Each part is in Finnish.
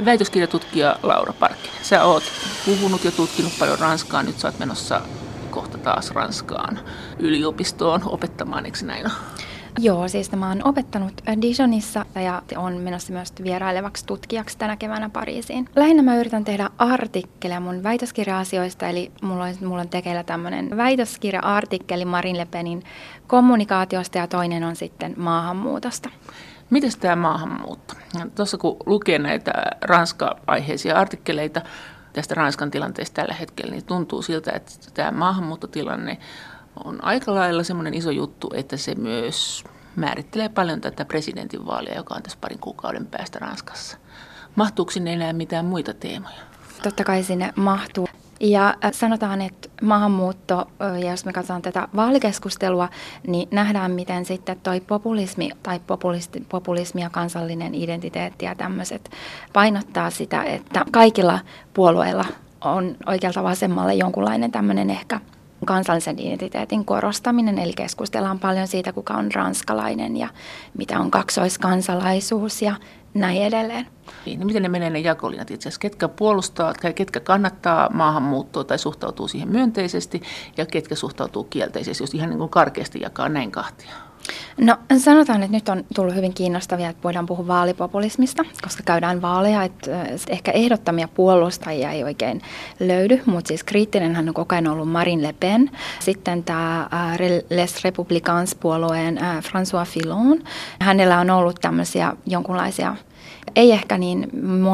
Väitöskirjatutkija Laura Parkkinen, sä oot puhunut ja tutkinut paljon ranskaa, nyt sä oot menossa kohta taas Ranskaan yliopistoon opettamaan, eikö näin ole? Joo, siis mä oon opettanut Dijonissa ja on menossa myös vierailevaksi tutkijaksi tänä keväänä Pariisiin. Lähinnä mä yritän tehdä artikkeleja mun väitöskirja-asioista, eli mulla on tekeillä tämmöinen väitöskirja-artikkeli Marine Le Penin kommunikaatiosta ja toinen on sitten maahanmuutosta. Miten tämä maahanmuutto? Tuossa kun lukee näitä Ranska-aiheisia artikkeleita tästä Ranskan tilanteesta tällä hetkellä, niin tuntuu siltä, että tämä maahanmuuttotilanne on aika lailla semmoinen iso juttu, että se myös määrittelee paljon tätä presidentinvaalia, joka on tässä parin kuukauden päästä Ranskassa. Mahtuuko sinne enää mitään muita teemoja? Totta kai sinne mahtuu. Ja sanotaan, että maahanmuutto, ja jos me katsotaan tätä vaalikeskustelua, niin nähdään, miten sitten toi populismi tai populismi ja kansallinen identiteetti ja tämmöiset painottaa sitä, että kaikilla puolueilla on oikealta vasemmalle jonkunlainen tämmöinen ehkä kansallisen identiteetin korostaminen, eli keskustellaan paljon siitä, kuka on ranskalainen ja mitä on kaksoiskansalaisuus ja näin edelleen. Niin, miten ne menee ne jakolinjat itse asiassa? Ketkä puolustaa, ketkä kannattaa maahanmuuttoa tai suhtautuu siihen myönteisesti ja ketkä suhtautuu kielteisesti, jos ihan niin kuin karkeasti jakaa näin kahtia? No sanotaan, että nyt on tullut hyvin kiinnostavia, että voidaan puhua vaalipopulismista, koska käydään vaaleja, että ehkä ehdottomia puolustajia ei oikein löydy, mutta siis kriittinenhän on koko ajan ollut Marine Le Pen. Sitten tämä Les Républicains-puolueen François Fillon, hänellä on ollut tämmöisiä jonkunlaisia ei ehkä niin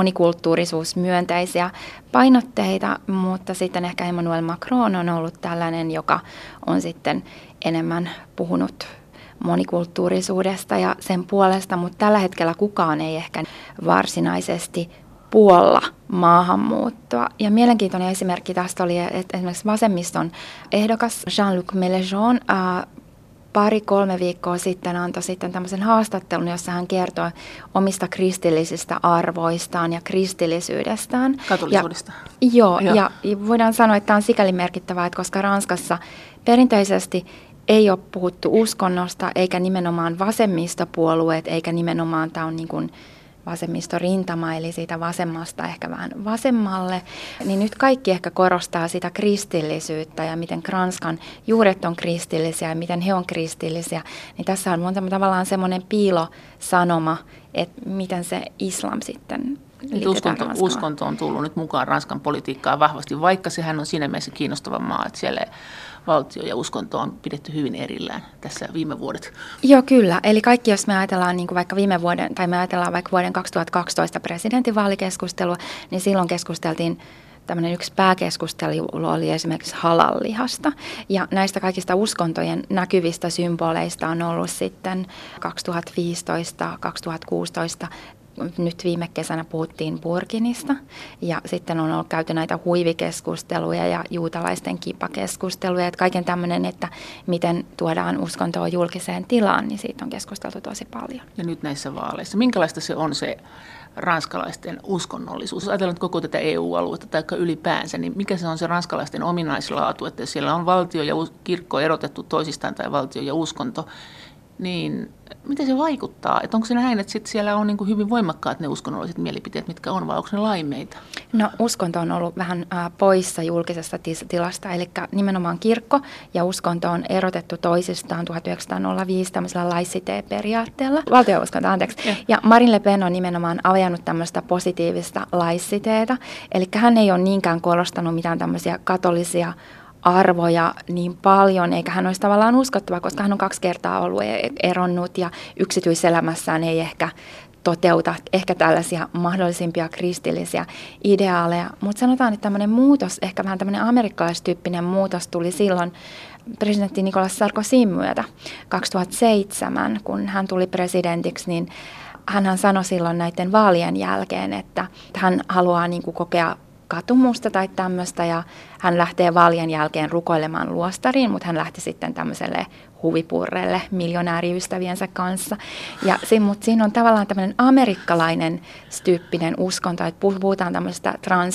monikulttuurisuusmyönteisiä painotteita, mutta sitten ehkä Emmanuel Macron on ollut tällainen, joka on sitten enemmän puhunut monikulttuurisuudesta ja sen puolesta, mutta tällä hetkellä kukaan ei ehkä varsinaisesti puolla maahanmuuttoa. Ja mielenkiintoinen esimerkki tästä oli, että esimerkiksi vasemmiston ehdokas Jean-Luc Mélenchon 2-3 viikkoa sitten antoi sitten tämmöisen haastattelun, jossa hän kertoi omista kristillisistä arvoistaan ja kristillisyydestään. Katolisuudesta. Joo, ja voidaan sanoa, että tämä on sikäli merkittävää, että koska Ranskassa perinteisesti ei ole puhuttu uskonnosta, eikä nimenomaan vasemmistopuolueet, eikä nimenomaan tämä on niin kuin vasemmistorintama, eli siitä vasemmasta ehkä vähän vasemmalle, niin nyt kaikki ehkä korostaa sitä kristillisyyttä ja miten Ranskan juuret on kristillisiä ja miten he on kristillisiä, niin tässä on tavallaan semmoinen piilosanoma, että miten se islam sitten uskonto on tullut nyt mukaan Ranskan politiikkaan vahvasti, vaikka sehän on siinä mielessä kiinnostava maa, että siellä valtio ja uskonto on pidetty hyvin erillään tässä viime vuodet. Joo, kyllä. Eli kaikki, jos me ajatellaan niin kuin vaikka viime vuoden, tai me ajatellaan vaikka vuoden 2012 presidentinvaalikeskustelua, niin silloin keskusteltiin, tämmöinen yksi pääkeskustelu oli esimerkiksi halal-lihasta. Ja näistä kaikista uskontojen näkyvistä symboleista on ollut sitten 2015, 2016, nyt viime kesänä puhuttiin Burkinista ja sitten on ollut käyty näitä huivikeskusteluja ja juutalaisten kippakeskusteluja. Että kaiken tämmöinen, että miten tuodaan uskontoa julkiseen tilaan, niin siitä on keskusteltu tosi paljon. Ja nyt näissä vaaleissa, minkälaista se on se ranskalaisten uskonnollisuus? Jos ajatellaan koko tätä EU-aluetta tai ylipäänsä, niin mikä se on se ranskalaisten ominaislaatu, että jos siellä on valtio ja kirkko erotettu toisistaan tai valtio ja uskonto, niin miten se vaikuttaa? Että onko se näin, että sit siellä on niin kuin hyvin voimakkaat ne uskonnolliset mielipiteet, mitkä on, vai onko ne laimeita? No uskonto on ollut vähän poissa julkisesta tilasta, eli nimenomaan kirkko ja uskonto on erotettu toisistaan 1905 tämmöisellä laicité-periaatteella. Valtiouskonto, anteeksi. Ja Marine Le Pen on nimenomaan ajanut tämmöistä positiivista laiciteeta, eli hän ei ole niinkään korostanut mitään tämmöisiä katolisia arvoja niin paljon, eikä hän olisi tavallaan uskottava, koska hän on 2 kertaa ollut eronnut ja yksityiselämässään ei ehkä toteuta ehkä tällaisia mahdollisimpia kristillisiä ideaaleja. Mutta sanotaan, että tämmöinen muutos, ehkä vähän tämmöinen amerikkalaistyyppinen muutos tuli silloin presidentti Nicolas Sarkozyn myötä 2007, kun hän tuli presidentiksi, niin hän sanoi silloin näiden vaalien jälkeen, että hän haluaa niin kuin kokea katumusta tai tämmöistä ja hän lähtee vaalien jälkeen rukoilemaan luostariin, mutta hän lähti sitten tämmöiselle huvipurreelle miljonääriystäviensä kanssa. Mutta siinä on tavallaan tämmöinen amerikkalainen tyyppinen uskonto, että puhutaan tämmöisestä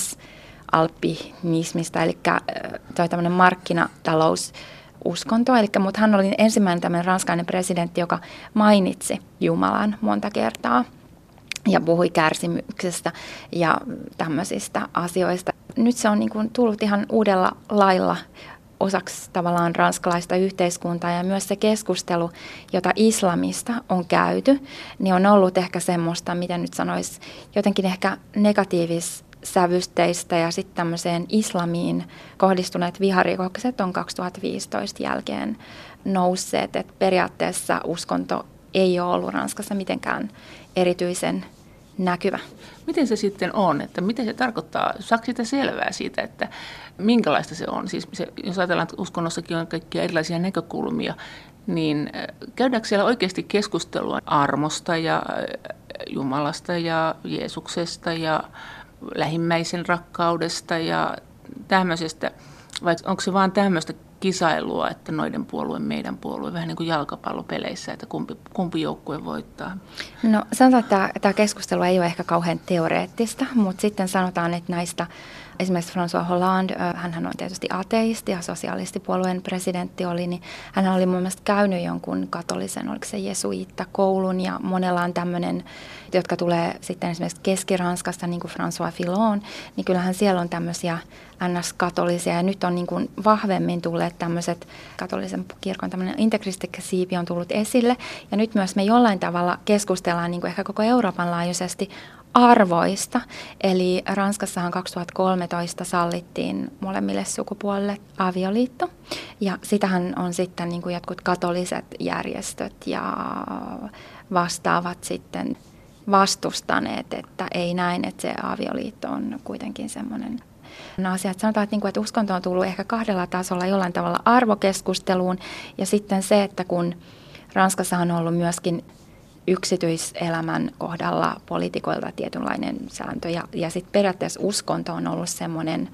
transalpinismista, eli toi tämmöinen markkinatalous-uskonto, mutta hän oli ensimmäinen tämmöinen ranskalainen presidentti, joka mainitsi Jumalan monta kertaa ja puhui kärsimyksestä ja tämmöisistä asioista. Nyt se on niin kuin tullut ihan uudella lailla osaksi tavallaan ranskalaista yhteiskuntaa ja myös se keskustelu, jota islamista on käyty, niin on ollut ehkä semmoista, miten nyt sanoisi, jotenkin ehkä negatiivissävysteistä ja sitten tämmöiseen islamiin kohdistuneet viharikokset on 2015 jälkeen nousseet, että periaatteessa uskonto ei ole ollut Ranskassa mitenkään erityisen näkyvä. Miten se sitten on, että mitä se tarkoittaa? Saako sitä selvää siitä, että minkälaista se on? Siis jos ajatellaan, että uskonnossakin on kaikkia erilaisia näkökulmia, niin käydäänkö siellä oikeasti keskustelua armosta ja Jumalasta ja Jeesuksesta ja lähimmäisen rakkaudesta ja tämmöisestä? Vai onko se vaan tämmöistä kisailua, että noiden puolue, meidän puolue, vähän niin kuin jalkapallopeleissä, että kumpi joukkue voittaa? No sanotaan, että tämä keskustelu ei ole ehkä kauhean teoreettista, mutta sitten sanotaan, että näistä esimerkiksi François Hollande, hän on tietysti ateisti ja sosialistipuolueen presidentti oli, niin hän oli mun mielestä käynyt jonkun katolisen, oliko se jesuiittakoulun ja monella on tämmöinen, jotka tulee sitten esimerkiksi Keski-Ranskasta, niin kuin François Fillon, niin kyllähän siellä on tämmöisiä NS-katolisia ja nyt on niin kuin vahvemmin tulleet tämmöiset katolisen kirkon tämmöinen integristiikkasiipi on tullut esille ja nyt myös me jollain tavalla keskustellaan niin kuin ehkä koko Euroopan laajuisesti arvoista. Eli Ranskassahan 2013 sallittiin molemmille sukupuolille avioliitto ja sitähän on sitten niin kuin jotkut katoliset järjestöt ja vastaavat sitten vastustaneet, että ei näin, että se avioliitto on kuitenkin semmoinen asia. Että sanotaan, että uskonto on tullut ehkä kahdella tasolla jollain tavalla arvokeskusteluun ja sitten se, että kun Ranskassa on ollut myöskin yksityiselämän kohdalla poliitikoilta tietynlainen sääntö ja sitten periaatteessa uskonto on ollut semmoinen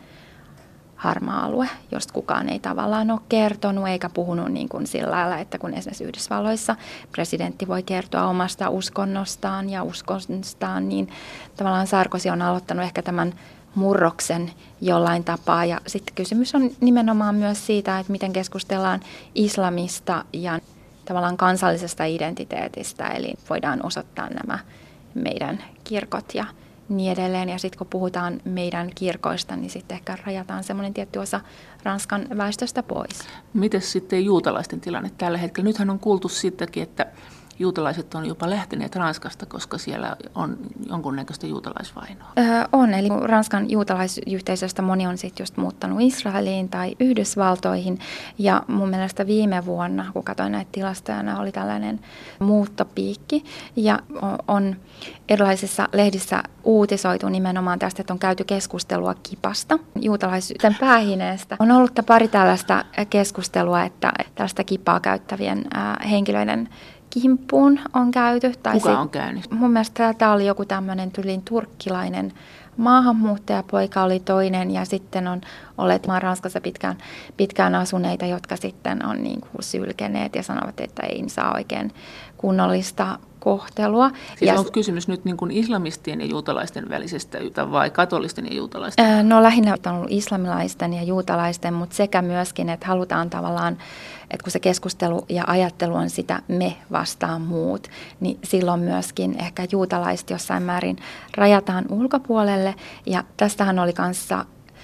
harmaa alue, josta kukaan ei tavallaan ole kertonut eikä puhunut niin kuin sillä lailla, että kun esimerkiksi Yhdysvalloissa presidentti voi kertoa omasta uskonnostaan ja uskonstaan, niin tavallaan Sarkozy on aloittanut ehkä tämän murroksen jollain tapaa ja sitten kysymys on nimenomaan myös siitä, että miten keskustellaan islamista ja tavallaan kansallisesta identiteetistä, eli voidaan osoittaa nämä meidän kirkot ja niin edelleen. Ja sitten kun puhutaan meidän kirkoista, niin sitten ehkä rajataan semmoinen tietty osa Ranskan väestöstä pois. Miten sitten juutalaisten tilanne tällä hetkellä? Nythän on kuultu siitäkin, että juutalaiset on jopa lähteneet Ranskasta, koska siellä on jonkunnäköistä juutalaisvainoa. On, eli Ranskan juutalaisyhteisöstä moni on sitten just muuttanut Israeliin tai Yhdysvaltoihin. Ja mun mielestä viime vuonna, kun katsoin näitä tilastoja, oli tällainen muuttopiikki. Ja on erilaisissa lehdissä uutisoitu nimenomaan tästä, että on käyty keskustelua kipasta, juutalaisuuden päähineestä. On ollut pari tällaista keskustelua, että tällaista kipaa käyttävien henkilöiden kimppuun on käyty. Kuka on käynyt? Mun mielestä tämä oli joku tämmöinen tyylin turkkilainen maahanmuuttajapoika oli toinen ja sitten on olleet Ranskassa pitkään asuneita, jotka sitten on niin kuin sylkeneet ja sanovat, että ei saa oikein kunnollista kohtelua. Siis onko kysymys nyt niin kuin islamistien ja juutalaisten välisestä vai katolisten ja juutalaisten? No lähinnä on ollut islamilaisten ja juutalaisten, mutta sekä myöskin, että halutaan tavallaan, että kun se keskustelu ja ajattelu on sitä me vastaan muut, niin silloin myöskin ehkä juutalaiset jossain määrin rajataan ulkopuolelle. Ja tästähän oli kanssa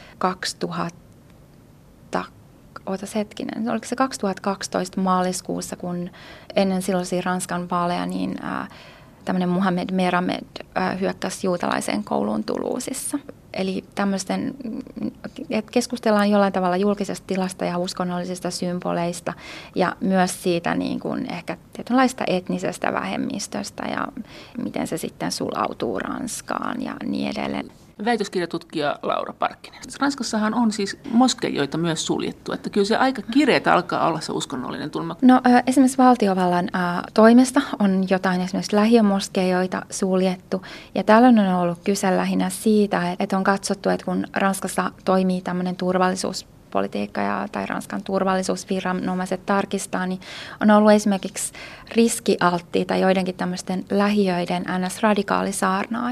2012 maaliskuussa, kun ennen silloisia Ranskan vaaleja, niin tämmöinen Mohamed Meramed hyökkäsi juutalaiseen kouluun Toulousessa. Eli tämmöisten, että keskustellaan jollain tavalla julkisesta tilasta ja uskonnollisista symboleista ja myös siitä niin kuin ehkä tietynlaista etnisestä vähemmistöstä ja miten se sitten sulautuu Ranskaan ja niin edelleen. Väitöskirjatutkija Laura Parkkinen. Ranskassahan on siis moskeijoita myös suljettu, että kyllä se aika kireetä alkaa olla se uskonnollinen tulma. No esimerkiksi valtiovallan toimesta on jotain esimerkiksi lähiömoskeijoita suljettu ja tällöin on ollut kyse lähinnä siitä, että on katsottu, että kun Ranskassa toimii tämmöinen turvallisuuspolitiikka tai Ranskan turvallisuusviranomaiset tarkistaa, niin on ollut esimerkiksi riskialttiita joidenkin tämmöisten lähiöiden NS-radikaalisaarnaajat.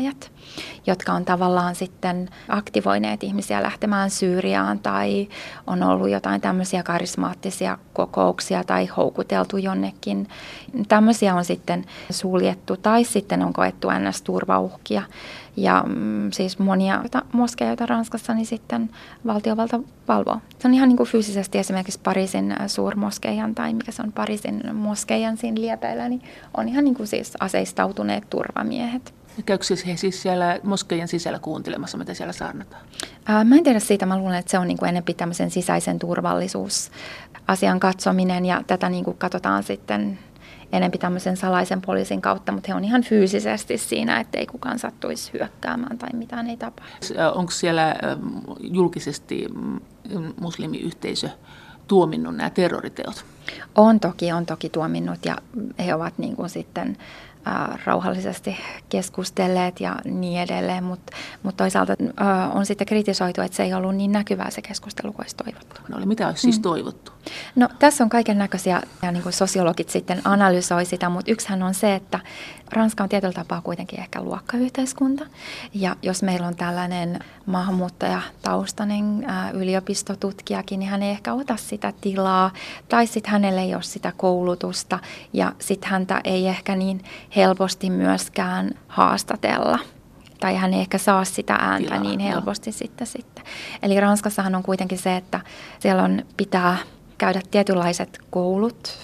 jotka on tavallaan sitten aktivoineet ihmisiä lähtemään Syyriaan tai on ollut jotain tämmöisiä karismaattisia kokouksia tai houkuteltu jonnekin. Tämmöisiä on sitten suljettu tai sitten on koettu NS-turvauhkia. Ja siis monia moskeijoita Ranskassa niin sitten valtiovalta valvoo. Se on ihan niin kuin fyysisesti esimerkiksi Pariisin suurmoskeijan tai mikä se on Pariisin moskeijan siinä liepeillä, niin on ihan niin kuin siis aseistautuneet turvamiehet. Käykö he siis siellä moskeijan sisällä kuuntelemassa, mitä siellä saarnataan? Mä en tiedä siitä, mä luulen, että se on niin kuin enemmän tämmöisen sisäisen turvallisuusasian katsominen ja tätä niin kuin katsotaan sitten enemmän tämmöisen salaisen poliisin kautta, mutta he on ihan fyysisesti siinä, ettei kukaan sattuisi hyökkäämään tai mitään ei tapahdu. Onko siellä julkisesti muslimiyhteisö tuominnut nämä terroriteot? On toki tuominnut ja he ovat niin kuin sitten rauhallisesti keskustelleet ja niin edelleen, mutta toisaalta on sitten kritisoitu, että se ei ollut niin näkyvää se keskustelu kuin olisi toivottu. No, mitä olisi siis toivottu? No tässä on kaiken näköisiä, ja niin kuin sosiologit sitten analysoi sitä, mutta yksihän on se, että Ranska on tietyllä tapaa kuitenkin ehkä luokkayhteiskunta. Ja jos meillä on tällainen maahanmuuttajataustainen yliopistotutkijakin, niin hän ei ehkä ota sitä tilaa, tai sitten hänellä ei ole sitä koulutusta, ja sitten häntä ei ehkä niin helposti myöskään haastatella. Tai hän ei ehkä saa sitä ääntä tilaa, niin helposti sitten. Eli Ranskassahan on kuitenkin se, että siellä pitää käydä tietynlaiset koulut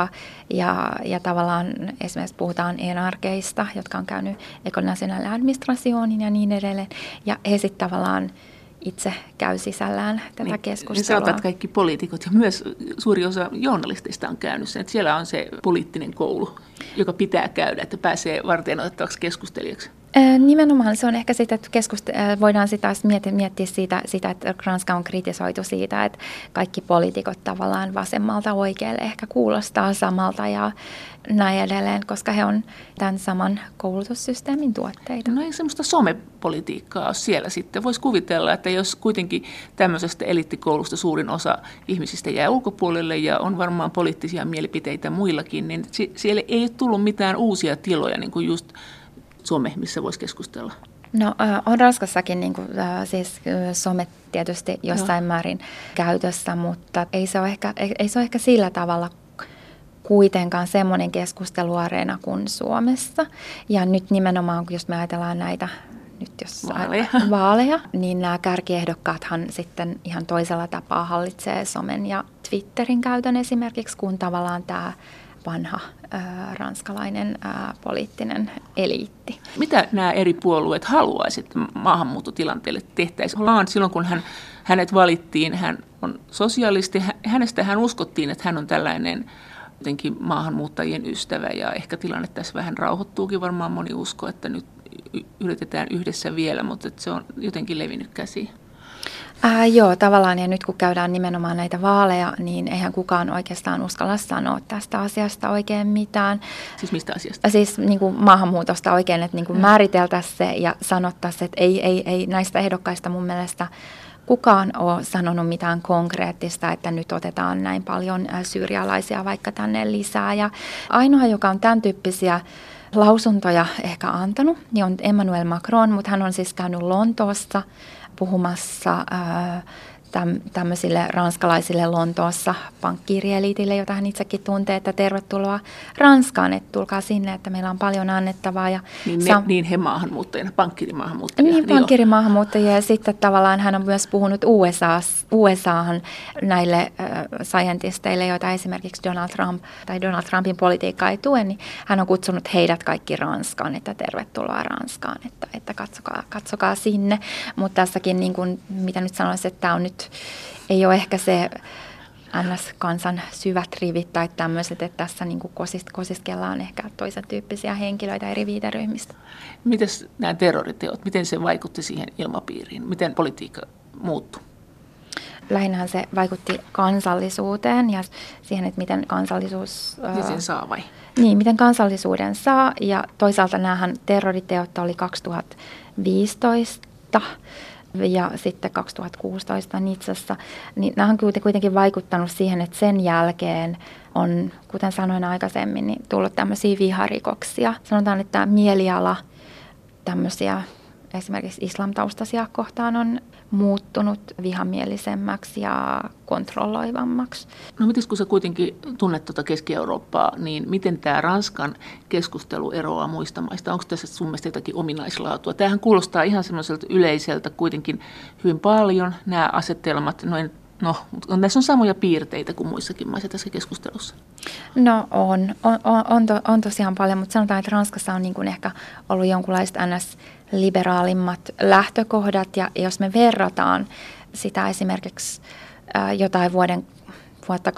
ja tavallaan esimerkiksi puhutaan enarkeista, jotka on käynyt École Nationale d'Administrationin ja niin edelleen. Ja he sitten tavallaan itse käy sisällään tätä keskustelua. Niin sanotaan, että kaikki poliitikot ja myös suuri osa journalisteista on käynyt sen, että siellä on se poliittinen koulu, joka pitää käydä, että pääsee varteenotettavaksi keskustelijaksi. Nimenomaan se on ehkä sitä, että voidaan sitä miettiä sitä, että Ranska on kritisoitu siitä, että kaikki poliitikot tavallaan vasemmalta oikealle ehkä kuulostaa samalta ja näin edelleen, koska he on tämän saman koulutussysteemin tuotteita. No ei semmoista somepolitiikkaa ole siellä sitten. Voisi kuvitella, että jos kuitenkin tämmöisestä eliittikoulusta suurin osa ihmisistä jää ulkopuolelle ja on varmaan poliittisia mielipiteitä muillakin, niin siellä ei ole tullut mitään uusia tiloja, niin kuin just some, missä voisi keskustella. No on Ranskassakin niin kuin, siis some tietysti jossain määrin käytössä, mutta ei se ole ehkä sillä tavalla kuitenkaan semmoinen keskusteluareena kuin Suomessa. Ja nyt nimenomaan, jos me ajatellaan näitä vaaleja, niin nämä kärkiehdokkaathan sitten ihan toisella tapaa hallitsee somen ja Twitterin käytön esimerkiksi, kun tavallaan tämä vanha ranskalainen poliittinen eliitti. Mitä nämä eri puolueet haluaisivat maahanmuuttotilanteelle tehtäisiin? Silloin kun hänet valittiin, hän on sosialisti, hänestä uskottiin, että hän on tällainen jotenkin maahanmuuttajien ystävä ja ehkä tilanne tässä vähän rauhoittuukin, varmaan moni usko, että nyt yritetään yhdessä vielä, mutta se on jotenkin levinnyt käsiin. Joo, tavallaan ja nyt kun käydään nimenomaan näitä vaaleja, niin eihän kukaan oikeastaan uskalla sanoa tästä asiasta oikein mitään. Siis mistä asiasta? Siis niin kuin maahanmuutosta oikein, että niin kuin määriteltäisiin se ja sanottaisiin, että ei näistä ehdokkaista mun mielestä kukaan ole sanonut mitään konkreettista, että nyt otetaan näin paljon syyrialaisia vaikka tänne lisää. Ja ainoa, joka on tämän tyyppisiä lausuntoja ehkä antanut, niin on Emmanuel Macron, mutta hän on siis käynyt Lontoossa puhumassa tämmöisille ranskalaisille Lontoossa pankkiirieliitille, jota hän itsekin tuntee, että tervetuloa Ranskaan, että tulkaa sinne, että meillä on paljon annettavaa. Ja niin he maahanmuuttajina, pankkiirimaahanmuuttajia. Niin, pankkiirimaahanmuuttajia ja sitten tavallaan hän on myös puhunut USAhan näille scientisteille, joita esimerkiksi Donald Trumpin politiikka ei tue, niin hän on kutsunut heidät kaikki Ranskaan, että tervetuloa Ranskaan, että katsokaa sinne. Mutta tässäkin, niin kuin, mitä nyt sanoisin, että tämä on nyt ei ole ehkä se NS-kansan syvät rivit tai tämmöiset, että tässä niin kuin kosiskellaan ehkä toisen tyyppisiä henkilöitä eri viiteryhmistä. Miten nämä terroriteot, miten se vaikutti siihen ilmapiiriin? Miten politiikka muuttui? Lähinnähän se vaikutti kansallisuuteen ja siihen, että miten kansallisuus... Miten saa vai? Niin, miten kansallisuuden saa ja toisaalta näähän terroriteot oli 2015 ja sitten 2016 Nitsassa, niin nämä on kuitenkin vaikuttanut siihen, että sen jälkeen on, kuten sanoin aikaisemmin, niin tullut tämmöisiä viharikoksia. Sanotaan, että mieliala, tämmöisiä esimerkiksi islamtaustaisia kohtaan on muuttunut vihamielisemmäksi ja kontrolloivammaksi. No miten kun sä kuitenkin tunnet tuota Keski-Eurooppaa, niin miten tämä Ranskan keskustelu eroaa muista maista? Onko tässä sun mielestä jotakin ominaislaatua? Tämähän kuulostaa ihan semmoiselta yleiseltä kuitenkin hyvin paljon nämä asetelmat. Näissä on samoja piirteitä kuin muissakin maissa tässä keskustelussa. No on tosiaan paljon, mutta sanotaan, että Ranskassa on niin kuin ehkä ollut jonkunlaiset liberaalimmat lähtökohdat, ja jos me verrataan sitä esimerkiksi jotain vuotta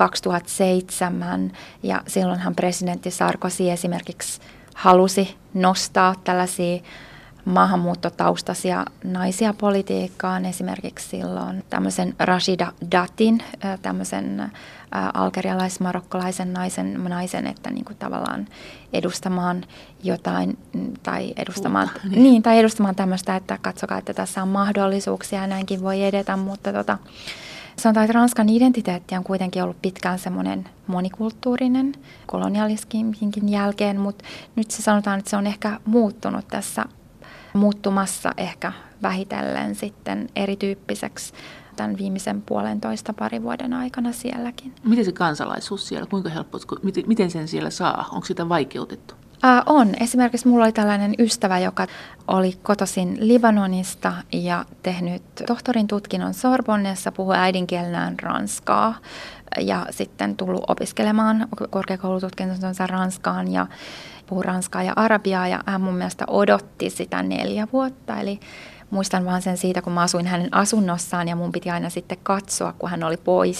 2007, ja silloinhan presidentti Sarkozy esimerkiksi halusi nostaa tällaisia maahanmuuttotaustaisia naisia politiikkaan, esimerkiksi silloin Rashida Datin, tämmöisen algerialais-marokkolaisen naisen, että niin kuin tavallaan edustamaan jotain tai edustamaan tämmöistä, että katsokaa, että tässä on mahdollisuuksia ja näinkin voi edetä, mutta sanotaan, että Ranskan identiteetti on kuitenkin ollut pitkään semmoinen monikulttuurinen kolonialisminkin jälkeen, mutta nyt sanotaan, että se on ehkä muuttunut tässä muuttumassa ehkä vähitellen sitten erityyppiseksi tämän viimeisen pari vuoden aikana sielläkin. Miten se kansalaisuus siellä, kuinka helppo, miten sen siellä saa? Onko sitä vaikeutettu? On. Esimerkiksi mulla oli tällainen ystävä, joka oli kotoisin Libanonista ja tehnyt tohtorin tutkinnon Sorbonnessa, puhui äidinkielenään ranskaa ja sitten tullut opiskelemaan korkeakoulututkintonsa Ranskaan ja puhui ranskaa ja arabiaa, ja hän mun mielestä odotti sitä 4 vuotta. Eli muistan vaan sen siitä, kun mä asuin hänen asunnossaan ja mun piti aina sitten katsoa, kun hän oli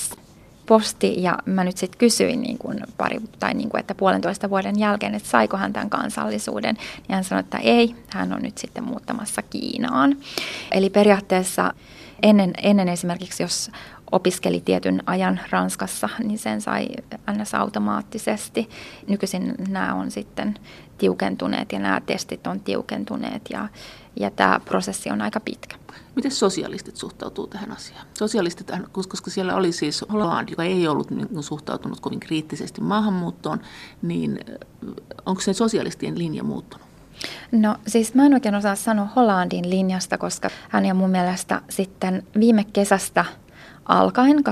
posti. Ja mä nyt sitten kysyin että 1,5 vuoden jälkeen, että saiko hän tämän kansallisuuden. Ja hän sanoi, että ei, hän on nyt sitten muuttamassa Kiinaan. Eli periaatteessa ennen esimerkiksi, jos opiskeli tietyn ajan Ranskassa, niin sen sai ns. Automaattisesti. Nykyisin nämä on sitten tiukentuneet ja nämä testit on tiukentuneet ja tämä prosessi on aika pitkä. Miten sosialistit suhtautuu tähän asiaan? Sosialistit, koska siellä oli siis Hollande, joka ei ollut suhtautunut kovin kriittisesti maahanmuuttoon, niin onko se sosialistien linja muuttunut? No siis mä en oikein osaa sanoa Hollandin linjasta, koska hän ja mun mielestä sitten viime kesästä alkaen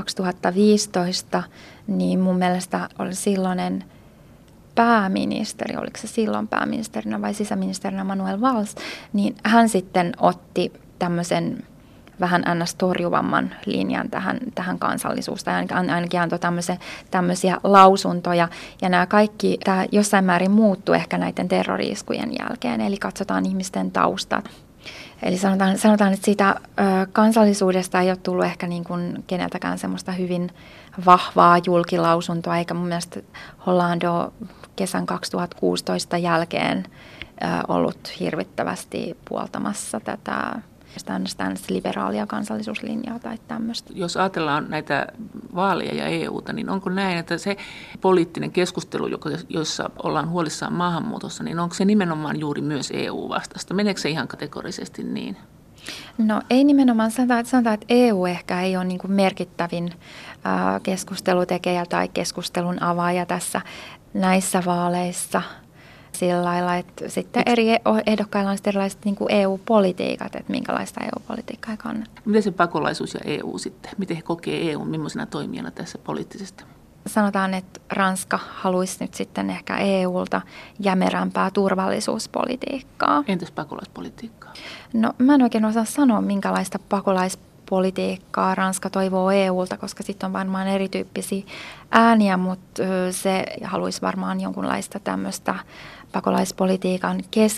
2015, niin mun mielestä oli silloinen pääministeri, oliko se silloin pääministerinä vai sisäministerinä Manuel Valls, niin hän sitten otti tämmöisen vähän torjuvamman linjan tähän kansallisuusta, ja ainakin antoi tämmöisiä lausuntoja, ja nämä kaikki, tämä jossain määrin muuttui ehkä näiden terrori-iskujen jälkeen, eli katsotaan ihmisten taustat. Eli sanotaan, että siitä kansallisuudesta ei ole tullut ehkä niin kuin keneltäkään semmoista hyvin vahvaa julkilausuntoa, eikä mun mielestä Hollande ole kesän 2016 jälkeen ollut hirvittävästi puoltamassa tätä liberaalia kansallisuuslinjaa tai tämmöistä. Jos ajatellaan näitä vaaleja ja EUta, niin onko näin, että se poliittinen keskustelu, jossa ollaan huolissaan maahanmuutossa, niin onko se nimenomaan juuri myös EU-vastaista? Meneekö se ihan kategorisesti niin? No ei nimenomaan. Sanotaan, että EU ehkä ei ole niin kuin merkittävin keskustelutekijä tai keskustelun avaaja tässä näissä vaaleissa. Sillä lailla, että sitten eri ehdokkailla on erilaiset niin kuin EU-politiikat, että minkälaista EU-politiikkaa he kannattaa. Miten se pakolaisuus ja EU sitten? Miten he kokee EUn millaisena toimijana tässä poliittisesti? Sanotaan, että Ranska haluaisi nyt sitten ehkä EUlta jämerämpää turvallisuuspolitiikkaa. Entäs pakolaispolitiikkaa? No mä en oikein osaa sanoa, minkälaista pakolaispolitiikkaa Ranska toivoo EUlta, koska sitten on varmaan erityyppisiä ääniä, mutta se haluaisi varmaan jonkunlaista tämmöistä pakolaispolitiikan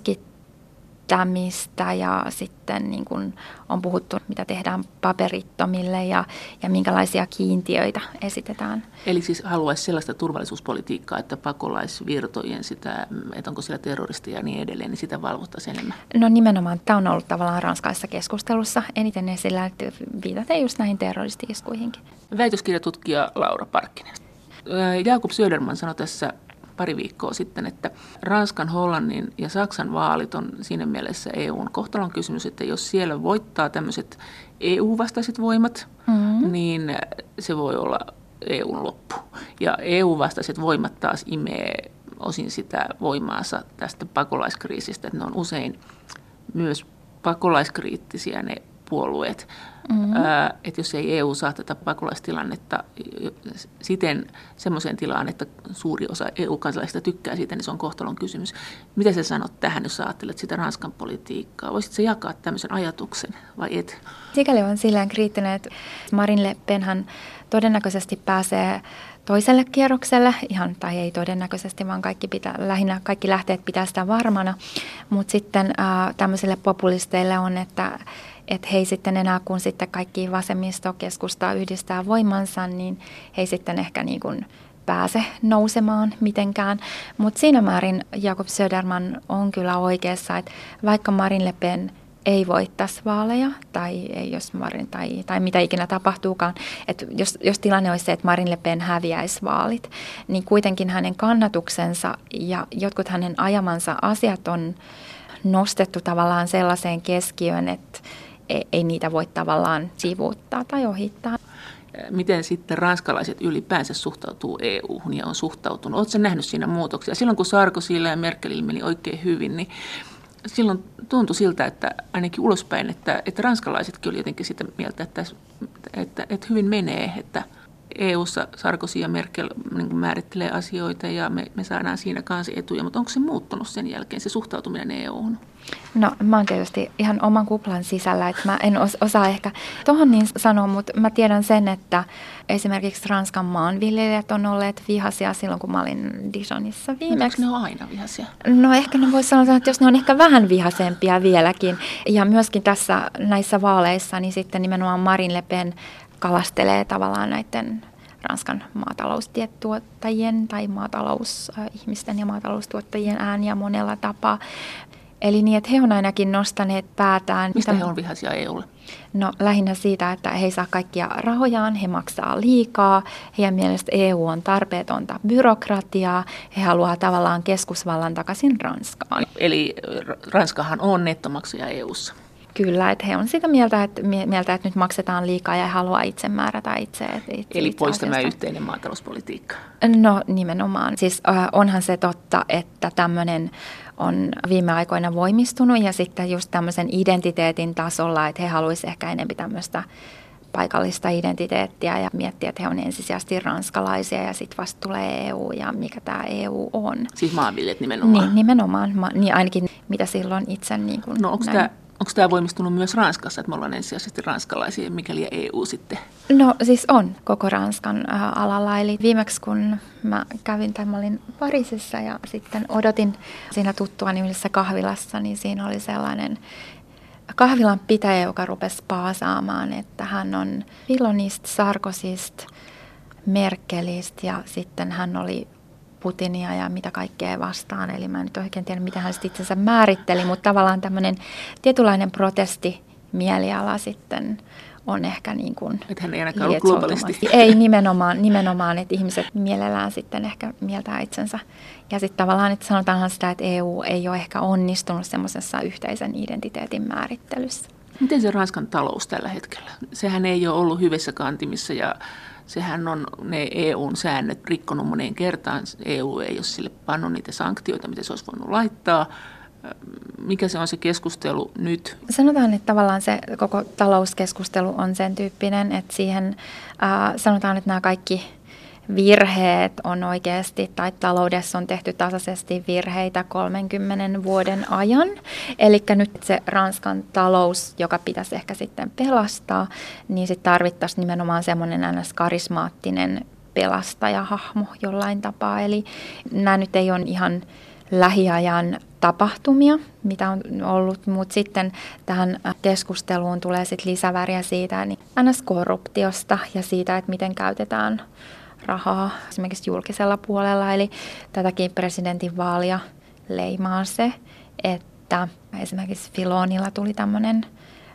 keskittämistä ja sitten niin kuin on puhuttu, mitä tehdään paperittomille ja minkälaisia kiintiöitä esitetään. Eli siis haluaisi sellaista turvallisuuspolitiikkaa, että pakolaisvirtojen sitä, että onko siellä terroristeja ja niin edelleen, niin sitä valvottaisiin enemmän? No nimenomaan, tämä on ollut tavallaan ranskalaisessa keskustelussa eniten esillä, että viitaten just näihin terroristi-iskuihinkin. Väitöskirjatutkija Laura Parkkinen. Jakob Söderman sanoi tässä pari viikkoa sitten, että Ranskan, Hollannin ja Saksan vaalit on siinä mielessä EUn kohtalon kysymys, että jos siellä voittaa tämmöiset EU-vastaiset voimat, niin se voi olla EUn loppu. Ja EU-vastaiset voimat taas imee osin sitä voimaansa tästä pakolaiskriisistä, että ne on usein myös pakolaiskriittisiä ne puolueet. Että jos ei EU saa tätä pakolaistilannetta siten semmoiseen tilaan, että suuri osa EU-kansalaisista tykkää siitä, niin se on kohtalon kysymys. Mitä sä sanot tähän, jos sä ajattelet sitä Ranskan politiikkaa? Voisitko sä jakaa tämmöisen ajatuksen vai et? Sikäli on silleen kriittinen, että Marine Le Penhän todennäköisesti pääsee toiselle kierrokselle, tai ei todennäköisesti, vaan lähinnä kaikki lähteet pitää sitä varmana, mutta sitten tämmöisille populisteille on, että he ei sitten enää, kun sitten kaikki vasemmistokeskustaa yhdistää voimansa, niin he ei sitten ehkä niin kuin pääse nousemaan mitenkään. Mutta siinä määrin Jakob Söderman on kyllä oikeassa, että vaikka Marine Le Pen ei voittaisi vaaleja, tai ei jos tai mitä ikinä tapahtuukaan, että jos tilanne olisi se, että Marine Le Pen häviäisi vaalit, niin kuitenkin hänen kannatuksensa ja jotkut hänen ajamansa asiat on nostettu tavallaan sellaiseen keskiöön, että ei niitä voi tavallaan sivuuttaa tai ohittaa. Miten sitten ranskalaiset ylipäänsä suhtautuu EU-hun ja on suhtautunut? Oletko nähnyt siinä muutoksia? Silloin kun Sarkozylla ja Merkelillä meni oikein hyvin, niin silloin tuntui siltä, että ainakin ulospäin, että ranskalaisetkin oli jotenkin sitä mieltä, että hyvin menee, että EU:ssa Sarkozy ja Merkel niin määrittelee asioita ja me saadaan siinä kanssa etuja, mutta onko se muuttunut sen jälkeen, se suhtautuminen EU:hun? No mä oon tietysti ihan oman kuplan sisällä, että mä en osaa ehkä tuohon niin sanoa, mutta mä tiedän sen, että esimerkiksi Ranskan maanviljelijät on olleet vihaisia silloin, kun mä olin Dijonissa viimeksi. Ne on aina vihaisia? No ehkä ne voisi sanoa, että jos ne on ehkä vähän vihasempia vieläkin. Ja myöskin näissä vaaleissa, niin sitten nimenomaan Marine Le Pen kalastelee tavallaan näiden Ranskan maataloustuottajien tai maatalousihmisten ja maataloustuottajien ääniä monella tapaa. Eli niin, että he on ainakin nostaneet päätään. Mistä he on vihaisia EUlle? No lähinnä siitä, että he ei saa kaikkia rahojaan, he maksaa liikaa. Heidän mielestä EU on tarpeetonta byrokratiaa. He haluaa tavallaan keskusvallan takaisin Ranskaan. Eli Ranskahan on nettomaksaja EUssa. Kyllä, että he on sitä mieltä, että nyt maksetaan liikaa ja he haluaa itse määrätä itse. Eli pois tämä yhteinen maatalouspolitiikka. No nimenomaan. Siis onhan se totta, että tämmöinen on viime aikoina voimistunut ja sitten just tämmöisen identiteetin tasolla, että he haluaisivat ehkä enemmän tämmöistä paikallista identiteettiä ja miettiä, että he on ensisijaisesti ranskalaisia ja sitten vasta tulee EU ja mikä tämä EU on. Siis maanviljelijät nimenomaan? Niin, nimenomaan. Niin ainakin mitä silloin itse niin kuin no onko tämä voimistunut myös Ranskassa, että me ollaan ensisijaisesti ranskalaisia, mikäli EU sitten? No siis on koko Ranskan alalla. Eli viimeksi kun mä olin Pariisissa ja sitten odotin siinä tuttuani yhdessä kahvilassa, niin siinä oli sellainen kahvilan pitäjä, joka rupesi paasaamaan, että hän on Filonista, Sarkozysta, Merkelistä ja sitten hän oli Putinia ja mitä kaikkea vastaan. Eli mä en nyt oikein tiedä, mitä hän sitten itsensä määritteli, mutta tavallaan tämmöinen tietynlainen protestimieliala sitten on ehkä niin kuin että hän ei ainakaan ollut globalisti. Ei nimenomaan, että ihmiset mielellään sitten ehkä mieltää itsensä. Ja sitten tavallaan, että sanotaanhan sitä, että EU ei ole ehkä onnistunut semmoisessa yhteisen identiteetin määrittelyssä. Miten se Ranskan talous tällä hetkellä? Sehän ei ole ollut hyvissä kantimissa ja sehän on ne EUn säännöt rikkonut moneen kertaan. EU ei ole sille pannut niitä sanktioita, mitä se olisi voinut laittaa. Mikä se on se keskustelu nyt? Sanotaan, että tavallaan se koko talouskeskustelu on sen tyyppinen, että siihen sanotaan, että nämä kaikki virheet on oikeasti, tai taloudessa on tehty tasaisesti virheitä 30 vuoden ajan. Eli nyt se Ranskan talous, joka pitäisi ehkä sitten pelastaa, niin sitten tarvittaisiin nimenomaan semmoinen karismaattinen pelastajahahmo jollain tapaa. Eli nämä nyt ei ole ihan lähiajan tapahtumia, mitä on ollut, mutta sitten tähän keskusteluun tulee sitten lisäväriä siitä niin NS-korruptiosta ja siitä, että miten käytetään rahaa esimerkiksi julkisella puolella. Eli tätäkin presidentinvaalia leimaa se, että esimerkiksi Filonilla tuli tämmöinen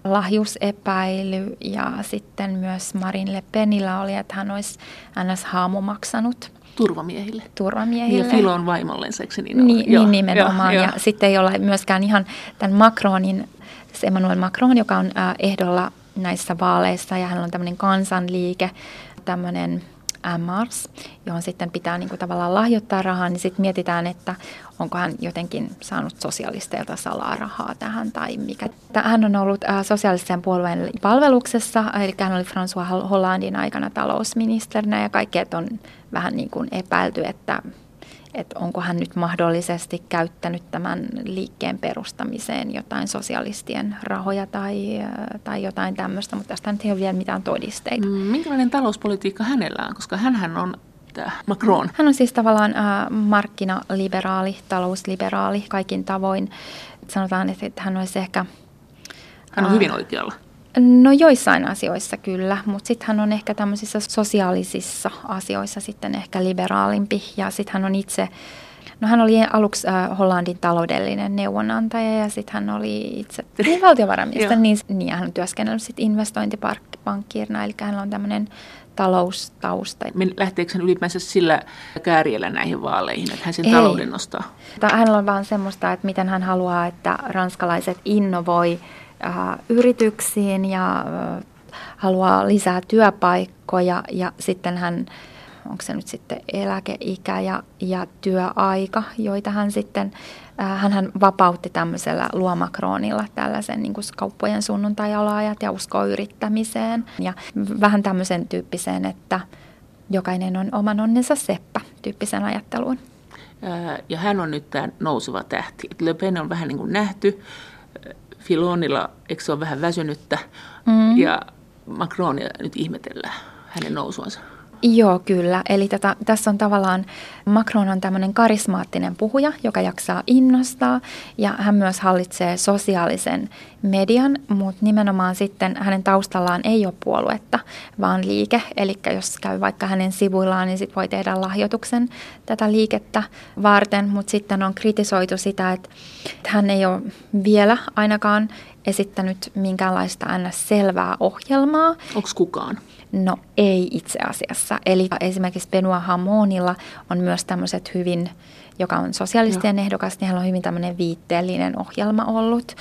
lahjusepäily ja sitten myös Marine Le Penillä oli, että hän olisi NS-haamu maksanut turvamiehille. Ja Filon vaimollensa, eikö se niin ole? Niin nimenomaan. Ja sitten ei ole myöskään ihan tämän Macronin, siis Emmanuel Macron, joka on ehdolla näissä vaaleissa ja hän on tämmöinen kansanliike, tämmöinen Mars, johon sitten pitää niin kuin tavallaan lahjoittaa rahaa, niin sitten mietitään, että onko hän jotenkin saanut sosialisteilta salaa rahaa tähän tai mikä. Hän on ollut sosiaalisen puolueen palveluksessa, eli hän oli François Hollandin aikana talousministerinä ja kaikkeet on vähän niin kuin epäilty, että onko hän nyt mahdollisesti käyttänyt tämän liikkeen perustamiseen jotain sosialistien rahoja tai jotain tämmöistä, mutta tästä nyt ei ole vielä mitään todisteita. Minkälainen talouspolitiikka hänellä on, koska hänhän on tämä Macron? Hän on siis tavallaan markkinaliberaali, talousliberaali kaikin tavoin. Sanotaan, että hän olisi ehkä... Hän on hyvin oikealla. No joissain asioissa kyllä, mutta sitten hän on ehkä tämmöisissä sosiaalisissa asioissa sitten ehkä liberaalimpi. Ja sitten hän on itse, no hän oli aluksi Hollandin taloudellinen neuvonantaja ja sitten hän oli itse valtiovarainministeri. Niin hän on työskennellyt sitten investointipankkiirina, eli hän on tämmöinen taloustausta. Lähteekö hän ylipäänsä sillä kääriellä näihin vaaleihin, että hän sen talouden nostaa? Hänellä on vaan semmoista, että miten hän haluaa, että ranskalaiset innovoi yrityksiin ja haluaa lisää työpaikkoja ja sitten hän, onko se nyt sitten eläkeikä ja työaika, joita hän sitten, hän vapautti tämmöisellä Loi Macronilla tällaisen niin kuin kauppojen sunnuntai-ajat ja uskoo yrittämiseen ja vähän tämmöisen tyyppiseen, että jokainen on oman onnensa seppä tyyppisen ajatteluun. Ja hän on nyt tämä nouseva tähti. Le Pen on vähän niin kuin nähty. Filonilla, eikö se ole vähän väsynyttä, ja Macronia nyt ihmetellään hänen nousuansa. Joo, kyllä. Eli tässä on tavallaan, Macron on tämmöinen karismaattinen puhuja, joka jaksaa innostaa, ja hän myös hallitsee sosiaalisen median, mutta nimenomaan sitten hänen taustallaan ei ole puoluetta, vaan liike. Eli jos käy vaikka hänen sivuillaan, niin sitten voi tehdä lahjoituksen tätä liikettä varten, mutta sitten on kritisoitu sitä, että hän ei ole vielä ainakaan esittänyt minkäänlaista selvää ohjelmaa. Onko kukaan? No ei itse asiassa. Eli esimerkiksi Benoît Hamonilla on myös tämmöiset hyvin, joka on sosialistien ehdokas, niin hänellä on hyvin tämmöinen viitteellinen ohjelma ollut.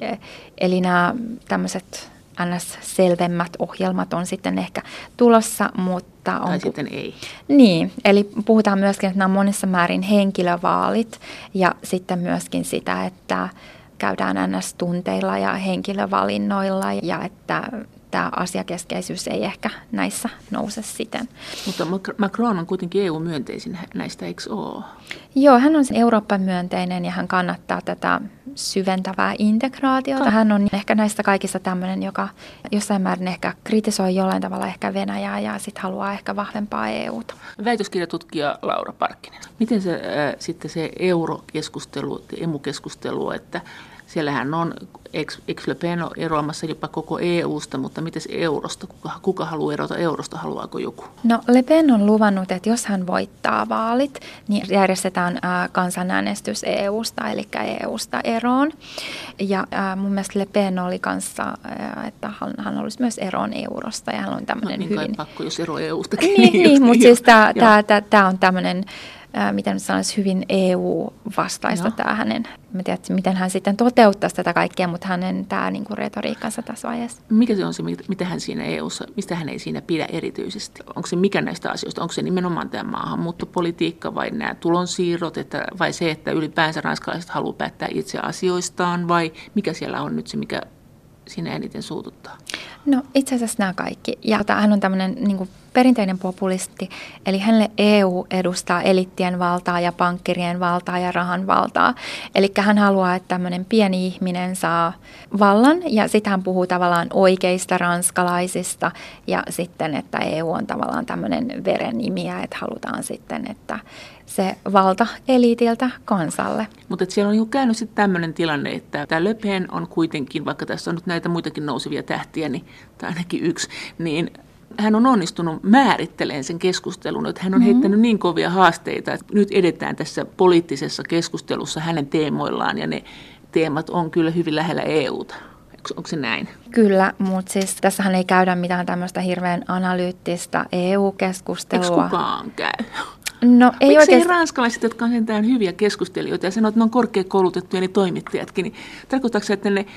Eli nämä tämmöiset selvemmät ohjelmat on sitten ehkä tulossa, mutta on... Tai sitten ei. Niin, eli puhutaan myöskin, että nämä on monessa määrin henkilövaalit ja sitten myöskin sitä, että käydään NS-tunteilla ja henkilövalinnoilla ja että tämä asiakeskeisyys ei ehkä näissä nouse siten. Mutta Macron on kuitenkin EU-myönteisin näistä, eikö ole? Joo, hän on Eurooppa-myönteinen ja hän kannattaa tätä syventävää integraatiota. Hän on ehkä näistä kaikista tämmöinen, joka jossain määrin ehkä kritisoi jollain tavalla ehkä Venäjää ja sitten haluaa ehkä vahvempaa EUta. Väitöskirjatutkija Laura Parkkinen. Miten se sitten se eurokeskustelu, emu-keskustelu, että siellähän on ex Le Pen eroamassa jopa koko EUsta, mutta miten eurosta? Kuka haluaa erota eurosta? Haluaako joku? No Le Pen on luvannut, että jos hän voittaa vaalit, niin järjestetään kansanäänestys EUsta, eli EUsta eroon. Ja mun mielestä Le Pen oli kanssa, että hän olisi myös eroon eurosta ja hän on tämmöinen niin hyvin... pakko, jos ero EUstakin. Niin, mutta siis tämä on tämmöinen... miten sanoisi, hyvin EU-vastaista tämä hänen, en tiedä, miten hän sitten toteuttaisi tätä kaikkea, mutta hänen tämä niin kuin retoriikkansa tässä vaiheessa. Mikä se on se, mitä hän siinä EUssa, mistä hän ei siinä pidä erityisesti? Onko se mikä näistä asioista? Onko se nimenomaan tämä maahanmuuttopolitiikka vai nämä tulonsiirrot, vai se, että ylipäänsä ranskalaiset haluaa päättää itse asioistaan, vai mikä siellä on nyt se, mikä siinä eniten suututtaa? No itse asiassa nämä kaikki. Ja hän on tämmöinen niin kuin perinteinen populisti, eli hänelle EU edustaa eliittien valtaa ja pankkirien valtaa ja rahan valtaa. Eli hän haluaa, että tämmöinen pieni ihminen saa vallan ja sitten hän puhuu tavallaan oikeista ranskalaisista ja sitten, että EU on tavallaan tämmöinen verenimiä, että halutaan sitten, että se valta eliitiltä kansalle. Mutta siellä on jo käynyt sitten tämmöinen tilanne, että tämä Le Pen on kuitenkin, vaikka tässä on nyt näitä muitakin nousevia tähtiä, niin, tai ainakin yksi, niin hän on onnistunut määrittelemään sen keskustelun, että hän on heittänyt niin kovia haasteita, että nyt edetään tässä poliittisessa keskustelussa hänen teemoillaan, ja ne teemat on kyllä hyvin lähellä EUta. Onko se näin? Kyllä, mutta siis tässähän ei käydä mitään tämmöistä hirveän analyyttistä EU-keskustelua. Eikö kukaan käy? No, ei miksei ranskalaiset, jotka on sentään hyviä keskustelijoita ja sanoo, että ne on korkeakoulutettuja ne toimittajatkin, niin tarkoittaako se, että ne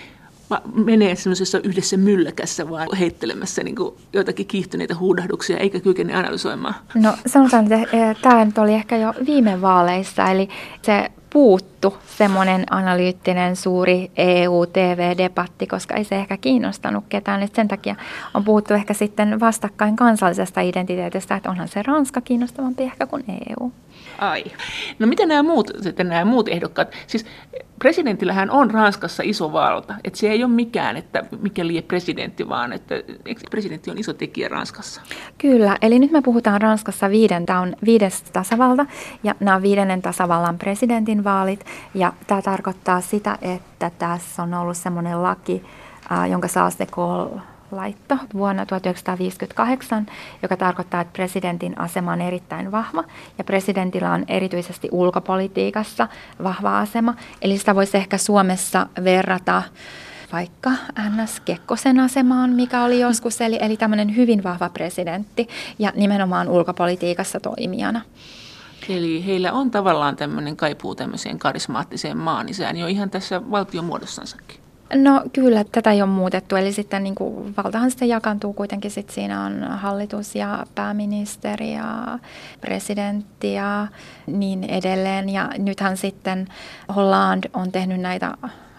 menee semmoisessa yhdessä mylläkässä vaan heittelemässä niin kuin joitakin kiihtyneitä huudahduksia eikä kykene analysoimaan? No sanotaan, että tämä nyt oli ehkä jo viime vaaleissa, eli se puuttu semmoinen analyyttinen suuri EU-TV-debatti, koska ei se ehkä kiinnostanut ketään. Et sen takia on puhuttu ehkä sitten vastakkain kansallisesta identiteetistä, että onhan se Ranska kiinnostavampi ehkä kuin EU. Ai. No miten nämä muut ehdokkaat? Siis presidentillähän on Ranskassa iso valta. Että se ei ole mikään, että mikä lie presidentti, vaan että presidentti on iso tekijä Ranskassa. Kyllä, eli nyt me puhutaan Ranskassa tämä on 5. tasavalta, ja nämä on 5. tasavallan presidentin vaalit, ja tämä tarkoittaa sitä, että tässä on ollut semmoinen laki, jonka Charles de Gaulle laitto vuonna 1958, joka tarkoittaa, että presidentin asema on erittäin vahva ja presidentillä on erityisesti ulkopolitiikassa vahva asema. Eli sitä voisi ehkä Suomessa verrata vaikka N.S. Kekkosen asemaan, mikä oli joskus, eli tämmöinen hyvin vahva presidentti ja nimenomaan ulkopolitiikassa toimijana. Eli heillä on tavallaan tämmöinen kaipuu tämmöiseen karismaattiseen maanisään jo ihan tässä valtiomuodossansakin. No kyllä, tätä ei ole muutettu, eli sitten niin kuin, valtahan sitten jakantuu kuitenkin, sitten siinä on hallitus ja pääministeri ja presidentti ja niin edelleen. Ja nythän sitten Hollande on tehnyt näitä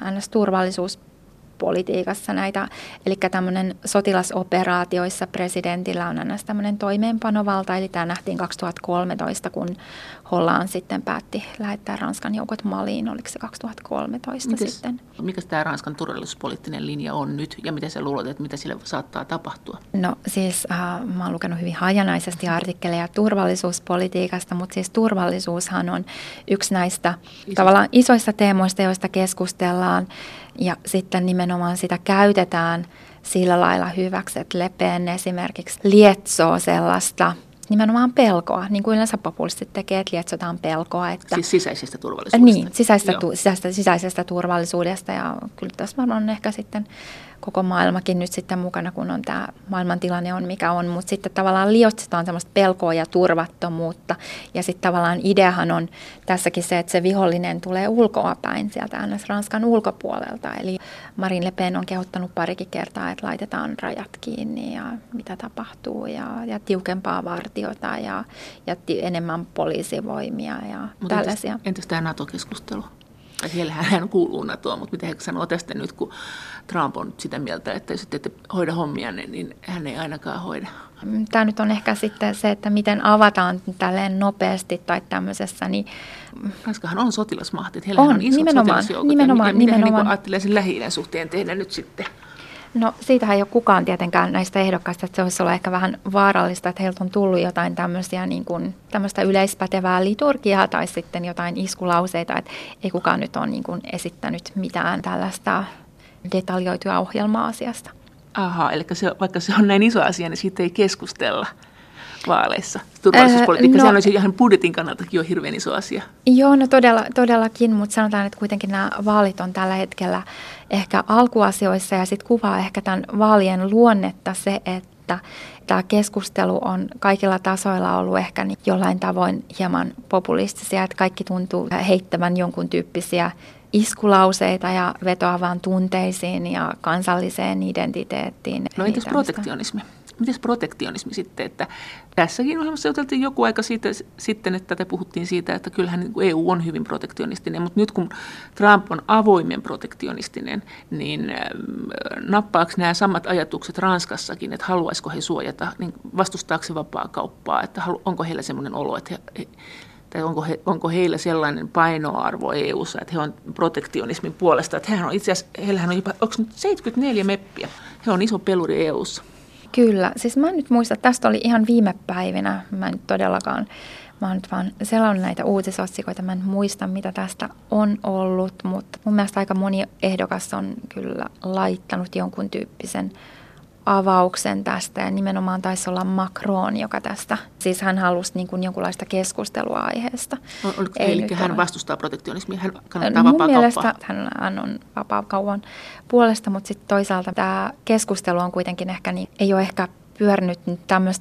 turvallisuuspolitiikassa näitä, eli tämmöinen sotilasoperaatioissa presidentillä on aina tämmöinen toimeenpanovalta, eli tämä nähtiin 2013, kun Hollande sitten päätti lähettää Ranskan joukot Maliin, oliko se 2013 sitten? Mikä tämä Ranskan turvallisuuspoliittinen linja on nyt ja mitä sä luulet, että mitä sille saattaa tapahtua? No siis mä oon lukenut hyvin hajanaisesti artikkeleja turvallisuuspolitiikasta, mutta siis turvallisuushan on yksi näistä tavallaan isoista teemoista, joista keskustellaan ja sitten nimenomaan sitä käytetään sillä lailla hyväksi, että Le Pen esimerkiksi lietsoo sellaista nimenomaan pelkoa, niin kuin yleensä populistit tekee, että lietsotaan pelkoa. Että, siis sisäisestä turvallisuudesta. Niin, sisäisestä turvallisuudesta ja kyllä tässä varmaan on ehkä sitten koko maailmakin nyt sitten mukana, kun on tämä maailmantilanne on mikä on, mutta sitten tavallaan liotsetaan semmoista pelkoa ja turvattomuutta ja sitten tavallaan ideahan on tässäkin se, että se vihollinen tulee ulkoapäin sieltä Ranskan ulkopuolelta, eli Marine Le Pen on kehottanut parikin kertaa, että laitetaan rajat kiinni ja mitä tapahtuu ja tiukempaa vartiota ja enemmän poliisivoimia ja mutta tällaisia. Entäs tämä NATO-keskustelu? Siellähän hän kuuluu NATOon, mutta mitä hän sanoo tästä nyt, kun Trump on sitä mieltä, että jos ette hoida hommia, niin hän ei ainakaan hoida. Tämä nyt on ehkä sitten se, että miten avataan tälleen nopeasti tai tämmöisessä. Niin Ranskahan on sotilasmahti, että heillähän on isot sotilasjoukot. Nimenomaan. Mitä he niin ajattelee sen Lähi-idän suhteen tehdä nyt sitten? No siitähän ei ole kukaan tietenkään näistä ehdokkaista, että se olisi ollut ehkä vähän vaarallista, että heiltä on tullut jotain tämmöisiä niin kuin, tämmöistä yleispätevää liturgiaa tai sitten jotain iskulauseita, että ei kukaan nyt ole niin kuin esittänyt mitään tällaista detaljoitua ohjelmaa asiasta. Aha, eli vaikka se on näin iso asia, niin siitä ei keskustella vaaleissa. Turvallisuuspolitiikka, sehän olisi ihan budjetin kannaltakin jo hirveän iso asia. Joo, no todellakin, mutta sanotaan, että kuitenkin nämä vaalit on tällä hetkellä ehkä alkuasioissa ja sitten kuvaa ehkä tämän vaalien luonnetta se, että tämä keskustelu on kaikilla tasoilla ollut ehkä jollain tavoin hieman populistisia, että kaikki tuntuu heittävän jonkun tyyppisiä iskulauseita ja vetoavan tunteisiin ja kansalliseen identiteettiin. No entäs protektionismi? Mites protektionismi sitten, että tässäkin ohjelmassa juteltiin joku aika siitä, sitten, että te puhuttiin siitä, että kyllähän EU on hyvin protektionistinen, mutta nyt kun Trump on avoimen protektionistinen, niin nappaako nämä samat ajatukset Ranskassakin, että haluaisiko he suojata, niin vastustaako se vapaa kauppaa, että onko heillä sellainen olo, että tai onko heillä sellainen painoarvo EU:ssa, että he on protektionismin puolesta, että heillähän on jopa, onko nyt 74 meppiä, he on iso peluri EU:ssa. Kyllä, siis mä en nyt muista, tästä oli ihan viime päivinä, mä oon nyt vaan selannut näitä uutisotsikoita, mä en muista mitä tästä on ollut, mutta mun mielestä aika moni ehdokas on kyllä laittanut jonkun tyyppisen avauksen tästä ja nimenomaan taisi olla Macron, joka tästä, siis hän halusi niin kuin jonkunlaista keskustelua aiheesta. Eli hän vastustaa protektionismia, hän kannattaa vapaa kauppaa. Mun mielestä hän on vapaa kaupan puolesta, mutta sitten toisaalta tämä keskustelu on kuitenkin ehkä, ei ole ehkä pyörinyt tämmöisten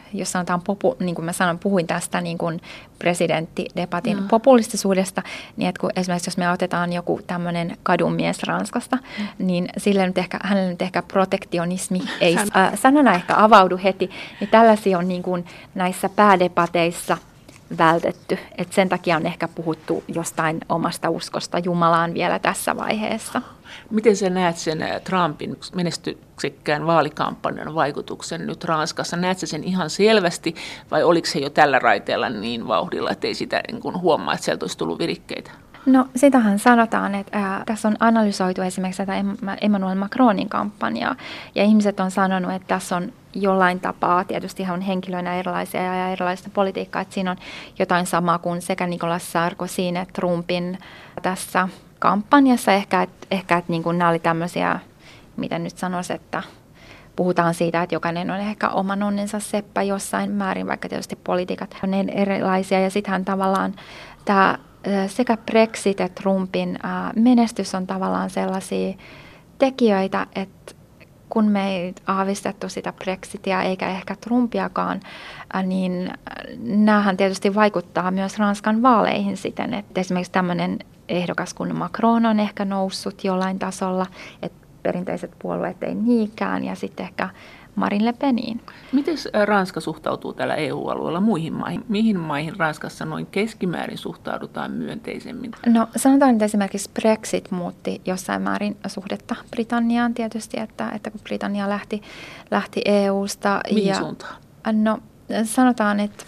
jos sanotaan, niin kuin mä puhuin tästä niin kuin presidenttidebatin populistisuudesta, niin että kun esimerkiksi jos me otetaan joku tämmöinen kadunmies Ranskasta, niin hänelle nyt ehkä protektionismi ei sanana ehkä avaudu heti, niin tällaisia on niin kuin näissä päädebateissa vältetty. Et sen takia on ehkä puhuttu jostain omasta uskosta Jumalaan vielä tässä vaiheessa. Miten sä näet sen Trumpin menestyksekkään vaalikampanjan vaikutuksen nyt Ranskassa? Näet sä sen ihan selvästi vai oliko se jo tällä raiteella niin vauhdilla, että ei sitä niin kuin huomaa, että sieltä olisi tullut virikkeitä? No sitähän sanotaan, että tässä on analysoitu esimerkiksi tätä Emmanuel Macronin kampanjaa ja ihmiset on sanonut, että tässä on jollain tapaa, tietysti he on henkilöinä erilaisia ja erilaista politiikkaa, että siinä on jotain samaa kuin sekä Nicolas Sarkozyn että Trumpin tässä kampanjassa. Ehkä että niin kuin nämä oli tämmöisiä, miten nyt sanoisi, että puhutaan siitä, että jokainen on ehkä oman onnensa seppä jossain määrin, vaikka tietysti politiikat on erilaisia ja sittenhän tavallaan tämä sekä Brexit että Trumpin menestys on tavallaan sellaisia tekijöitä, että kun me ei aavistettu sitä Brexitia eikä ehkä Trumpiakaan, niin näähän tietysti vaikuttaa myös Ranskan vaaleihin siten, että esimerkiksi tämmöinen ehdokas kuin Macron on ehkä noussut jollain tasolla, että perinteiset puolueet ei niinkään ja sitten ehkä Marine Le Peniin. Miten Ranska suhtautuu tällä EU-alueella muihin maihin? Mihin maihin Ranskassa noin keskimäärin suhtaudutaan myönteisemmin? No sanotaan, että esimerkiksi Brexit muutti jossain määrin suhdetta Britanniaan tietysti, että kun Britannia lähti EUsta. Mihin suuntaan? No sanotaan, että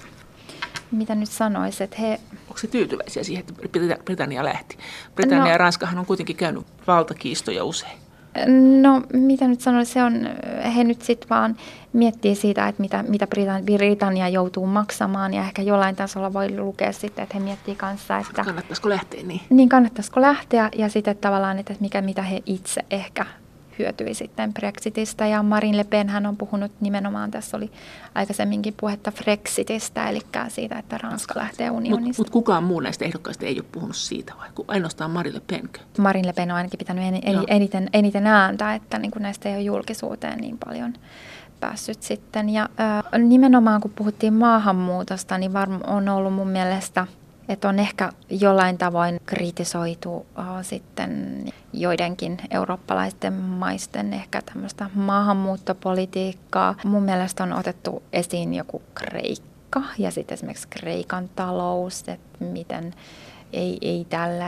mitä nyt sanoisi, että onko se tyytyväisiä siihen, että Britannia lähti? Britannia ja Ranskahan on kuitenkin käynyt valtakiistoja usein. No mitä nyt sanoisi, he nyt sitten vaan miettii siitä, että mitä Britannia joutuu maksamaan ja ehkä jollain tasolla voi lukea sitten, että he miettii kanssa, että kannattaisiko lähteä niin? Niin kannattaisiko lähteä ja sitten tavallaan, että mitä he itse ehkä hyötyi sitten Brexitistä ja Marine Le Pen hän on puhunut nimenomaan, tässä oli aikaisemminkin puhetta Brexitistä, eli siitä, että Ranska lähtee unionista. Mutta kukaan muu näistä ehdokkaista ei ole puhunut siitä vai ainoastaan Marine Le Pen? Marine Le Pen on ainakin pitänyt eniten ääntä, että niin kuin näistä ei ole julkisuuteen niin paljon päässyt sitten. Ja nimenomaan kun puhuttiin maahanmuutosta, niin on ollut mun mielestä, että on ehkä jollain tavoin kritisoitu sitten joidenkin eurooppalaisten maisten ehkä tämmöistä maahanmuuttopolitiikkaa. Mun mielestä on otettu esiin joku Kreikka ja sitten esimerkiksi Kreikan talous, että miten ei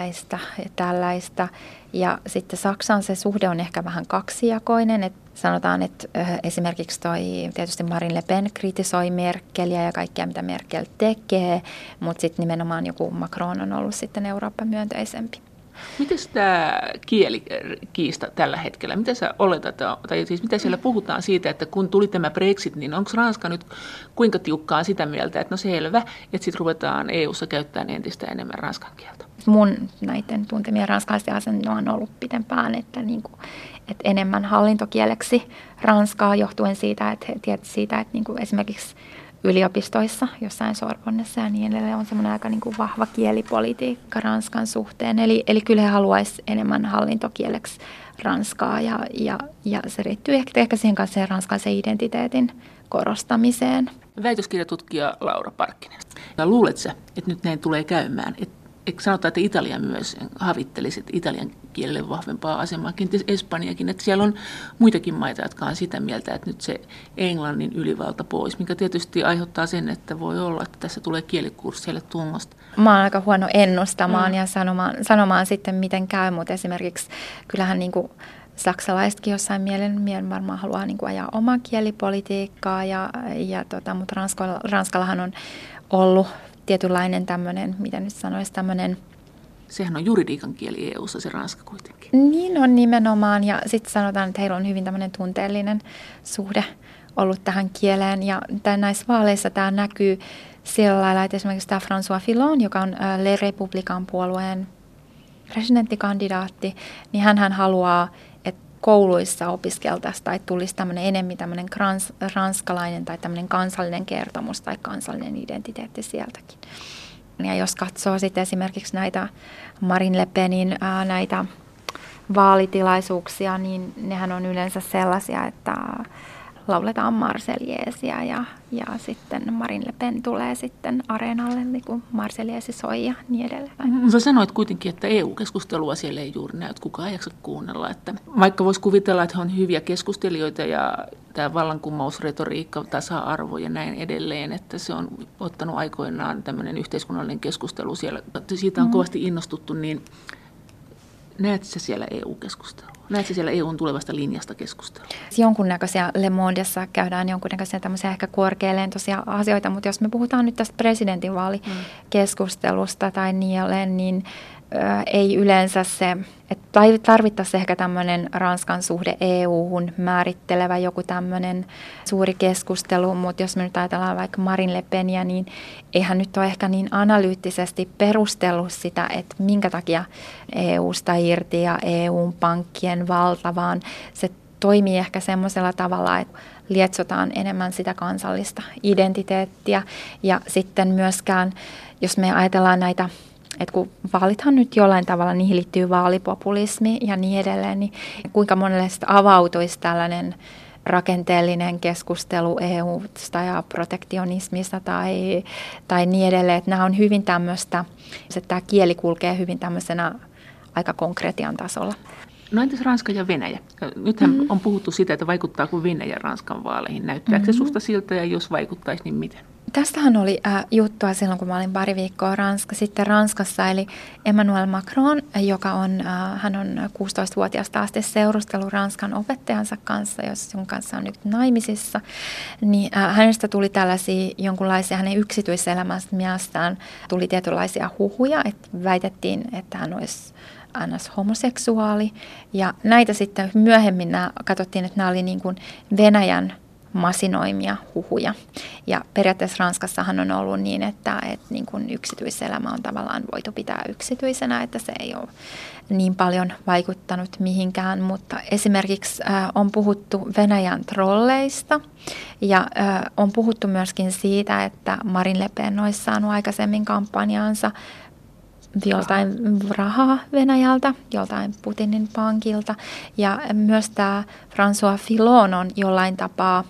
tällaista. Ja sitten Saksan se suhde on ehkä vähän kaksijakoinen, että sanotaan, että esimerkiksi tietysti Marine Le Pen kritisoi Merkeliä ja kaikkea, mitä Merkel tekee, mutta sitten nimenomaan joku Macron on ollut sitten Eurooppa-myönteisempi. Miten tämä kielikiista tällä hetkellä, mitä sä oletat, tai siis mitä siellä puhutaan siitä, että kun tuli tämä Brexit, niin onko Ranska nyt kuinka tiukkaan sitä mieltä, että no selvä, että sitten ruvetaan EU-ssa käyttämään entistä enemmän ranskan kieltä? Mun näiden tuntemien ranskalaisten asenne on ollut pitempään, että enemmän hallintokieleksi ranskaa johtuen siitä, että esimerkiksi yliopistoissa, jossain Sorbonnessa ja niin edelleen on semmoinen aika niin kuin vahva kielipolitiikka Ranskan suhteen. Eli kyllä he haluaisivat enemmän hallintokieleksi ranskaa ja se riittyy ehkä siihen kanssa sen ranskalaisen identiteetin korostamiseen. Väitöskirjatutkija Laura Parkkinen. Luuletko sä, että nyt näin tulee käymään? Eikö sanotaan, että Italia myös havittelisi italian kielelle vahvempaa asemaa, kenties Espanjakin, että siellä on muitakin maita, jotka on sitä mieltä, että nyt se englannin ylivalta pois, mikä tietysti aiheuttaa sen, että voi olla, että tässä tulee kielikursseille tungosta. Mä oon aika huono ennustamaan ja sanomaan sitten, miten käy, mutta esimerkiksi kyllähän niin kuin saksalaisetkin jossain mielen varmaan haluaa niin kuin ajaa omaa kielipolitiikkaa, mutta Ranskallahan on ollut tietynlainen tämmöinen, mitä nyt sanoisi, tämmöinen. Sehän on juridiikan kieli EU:ssa se ranska kuitenkin. Niin on nimenomaan ja sitten sanotaan, että heillä on hyvin tämmöinen tunteellinen suhde ollut tähän kieleen ja näissä vaaleissa tämä näkyy sillä lailla, että esimerkiksi tämä François Fillon, joka on Les Républicains puolueen presidenttikandidaatti, niin hän haluaa, että kouluissa opiskeltaisiin tai tulisi enemmän tämmöinen ranskalainen tai tämmöinen kansallinen kertomus tai kansallinen identiteetti sieltäkin. Ja jos katsoo sitten esimerkiksi näitä Marine Le Penin näitä vaalitilaisuuksia, niin nehän on yleensä sellaisia, että lauletaan Marseillaisia ja sitten Marine Le Pen tulee sitten areenalle, niin kuin Marseillaise soi ja niin edelleen. Sä sanoit kuitenkin, että EU-keskustelua siellä ei juuri näy, että kukaan ei jaksa kuunnella. Että vaikka voisi kuvitella, että he on hyviä keskustelijoita ja tämä vallankumousretoriikka, tasa-arvo ja näin edelleen, että se on ottanut aikoinaan tämmöinen yhteiskunnallinen keskustelu siellä. Siitä on kovasti innostuttu, niin näetkö sä siellä EU-keskustelua? Näetkö sä siellä EUn tulevasta linjasta keskustelua? Jonkunnäköisiä Le Mondessa käydään jonkunnäköisiä tämmöisiä ehkä korkealentoisia asioita, mutta jos me puhutaan nyt tästä presidentinvaalikeskustelusta tai niin ei yleensä se, että tarvittaisiin ehkä tämmöinen Ranskan suhde EU-hun määrittelevä joku tämmöinen suuri keskustelu, mutta jos me nyt ajatellaan vaikka Marine Le Peniä, niin eihän nyt ole ehkä niin analyyttisesti perustellut sitä, että minkä takia EUsta irti ja EUn pankkien valta, vaan se toimii ehkä semmoisella tavalla, että lietsotaan enemmän sitä kansallista identiteettiä ja sitten myöskään, jos me ajatellaan näitä, että kun vaalithan nyt jollain tavalla, niihin liittyy vaalipopulismi ja niin edelleen, niin kuinka monelle avautuisi tällainen rakenteellinen keskustelu EUsta ja protektionismista tai niin edelleen, että nämä on hyvin tämmöistä, että tämä kieli kulkee hyvin tämmöisenä aika konkretian tasolla. No entäs Ranska ja Venäjä? Nythän on puhuttu sitä, että vaikuttaako Venäjä Ranskan vaaleihin. Näyttääkö se susta siltä ja jos vaikuttaisi, niin miten? Tästähän oli juttua silloin, kun mä olin pari viikkoa Ranskassa, eli Emmanuel Macron, hän on 16-vuotiaasta asti seurustellut Ranskan opettajansa kanssa, jonka kanssa on nyt naimisissa, niin hänestä tuli tällaisia jonkunlaisia, hänen yksityiselämästään tuli tietynlaisia huhuja, että väitettiin, että hän olisi homoseksuaali, ja näitä sitten myöhemmin katsottiin, että nämä oli niin kuin Venäjän masinoimia huhuja. Ja periaatteessa Ranskassahan on ollut niin, että niin kuin yksityiselämä on tavallaan voitu pitää yksityisenä, että se ei ole niin paljon vaikuttanut mihinkään, mutta esimerkiksi on puhuttu Venäjän trolleista ja on puhuttu myöskin siitä, että Marine Le Pen olisi saanut aikaisemmin kampanjaansa joltain rahaa Venäjältä, joltain Putinin pankilta. Ja myös tämä François Fillon on jollain tapaa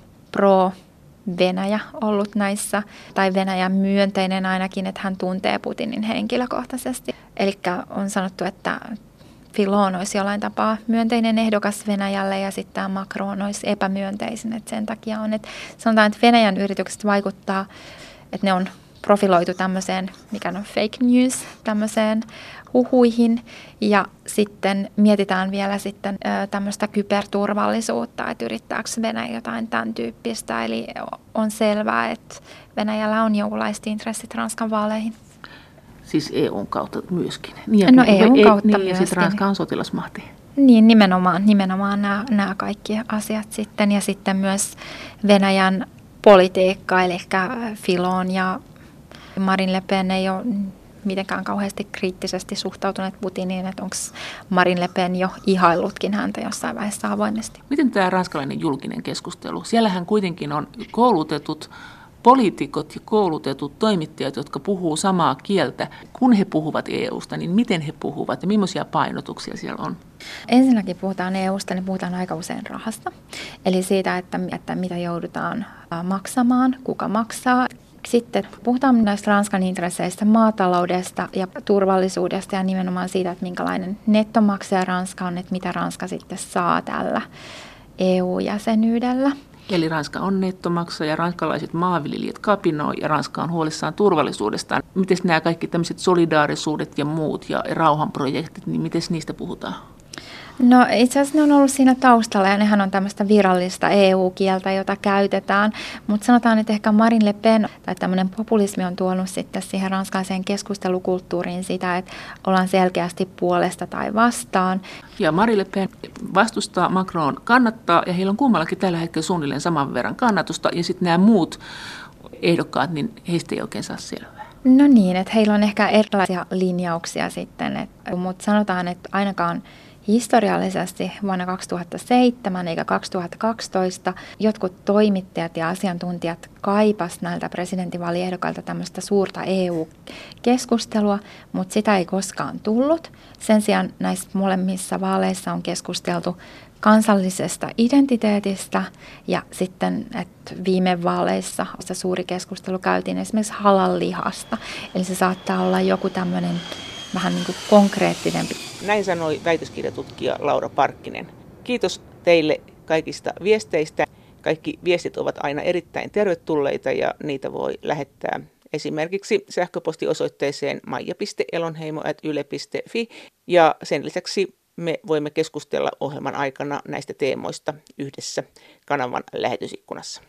pro-Venäjä ollut näissä, tai Venäjän myönteinen ainakin, että hän tuntee Putinin henkilökohtaisesti. Eli on sanottu, että Fillon olisi jollain tapaa myönteinen ehdokas Venäjälle ja sitten tämä Macron olisi epämyönteisin. Että sen takia on, että sanotaan, että Venäjän yritykset vaikuttaa, että ne on profiloitu tämmöiseen, mikä on fake news, tämmöiseen huhuihin. Ja sitten mietitään vielä sitten tämmöistä kyberturvallisuutta, että yrittääkö Venäjä jotain tämän tyyppistä. Eli on selvää, että Venäjällä on jonkunlaiset intressit Ranskan vaaleihin. Siis EUn kautta myöskin? No EUn kautta myöskin. Ja sitten Ranska on sotilasmahti. Niin, nimenomaan nämä kaikki asiat sitten. Ja sitten myös Venäjän politiikka, eli Fillon ja Marine Le Pen ei ole mitenkään kauheasti kriittisesti suhtautuneet Putiniin, että onko Marine Le Pen jo ihaillutkin häntä jossain vaiheessa avoimesti. Miten tämä ranskalainen julkinen keskustelu? Siellähän kuitenkin on koulutetut poliitikot ja koulutetut toimittajat, jotka puhuu samaa kieltä. Kun he puhuvat EUsta, niin miten he puhuvat ja millaisia painotuksia siellä on? Ensinnäkin puhutaan EUsta, niin puhutaan aika usein rahasta. Eli siitä, että mitä joudutaan maksamaan, kuka maksaa. Sitten puhutaan näistä Ranskan intresseistä, maataloudesta ja turvallisuudesta ja nimenomaan siitä, että minkälainen nettomaksaja Ranska on, että mitä Ranska sitten saa tällä EU-jäsenyydellä. Eli Ranska on nettomaksaja, ranskalaiset maanviljelijät kapinoi ja Ranska on huolissaan turvallisuudestaan. Miten nämä kaikki tämmöiset solidaarisuudet ja muut ja rauhanprojektit, niin miten niistä puhutaan? No itse asiassa ne on ollut siinä taustalla ja nehän on tämmöistä virallista EU-kieltä, jota käytetään, mutta sanotaan, että ehkä Marine Le Pen tai tämmöinen populismi on tuonut sitten siihen ranskalaiseen keskustelukulttuuriin sitä, että ollaan selkeästi puolesta tai vastaan. Ja Marine Le Pen vastustaa, Macron kannattaa ja heillä on kummallakin tällä hetkellä suunnilleen saman verran kannatusta ja sitten nämä muut ehdokkaat, niin heistä ei oikein saa selvää. No niin, että heillä on ehkä erilaisia linjauksia sitten, mutta sanotaan, että ainakaan historiallisesti vuonna 2007 eikä 2012 jotkut toimittajat ja asiantuntijat kaipas näiltä presidentinvaaliehdokkailta tämmöistä suurta EU-keskustelua, mutta sitä ei koskaan tullut. Sen sijaan näissä molemmissa vaaleissa on keskusteltu kansallisesta identiteetistä ja sitten, että viime vaaleissa se suuri keskustelu käytiin esimerkiksi halal-lihasta. Eli se saattaa olla joku tämmöinen vähän niin kuin konkreettisempi. Näin sanoi väitöskirjatutkija Laura Parkkinen. Kiitos teille kaikista viesteistä. Kaikki viestit ovat aina erittäin tervetulleita ja niitä voi lähettää esimerkiksi sähköpostiosoitteeseen maija.elonheimo@yle.fi ja sen lisäksi me voimme keskustella ohjelman aikana näistä teemoista yhdessä kanavan lähetysikkunassa.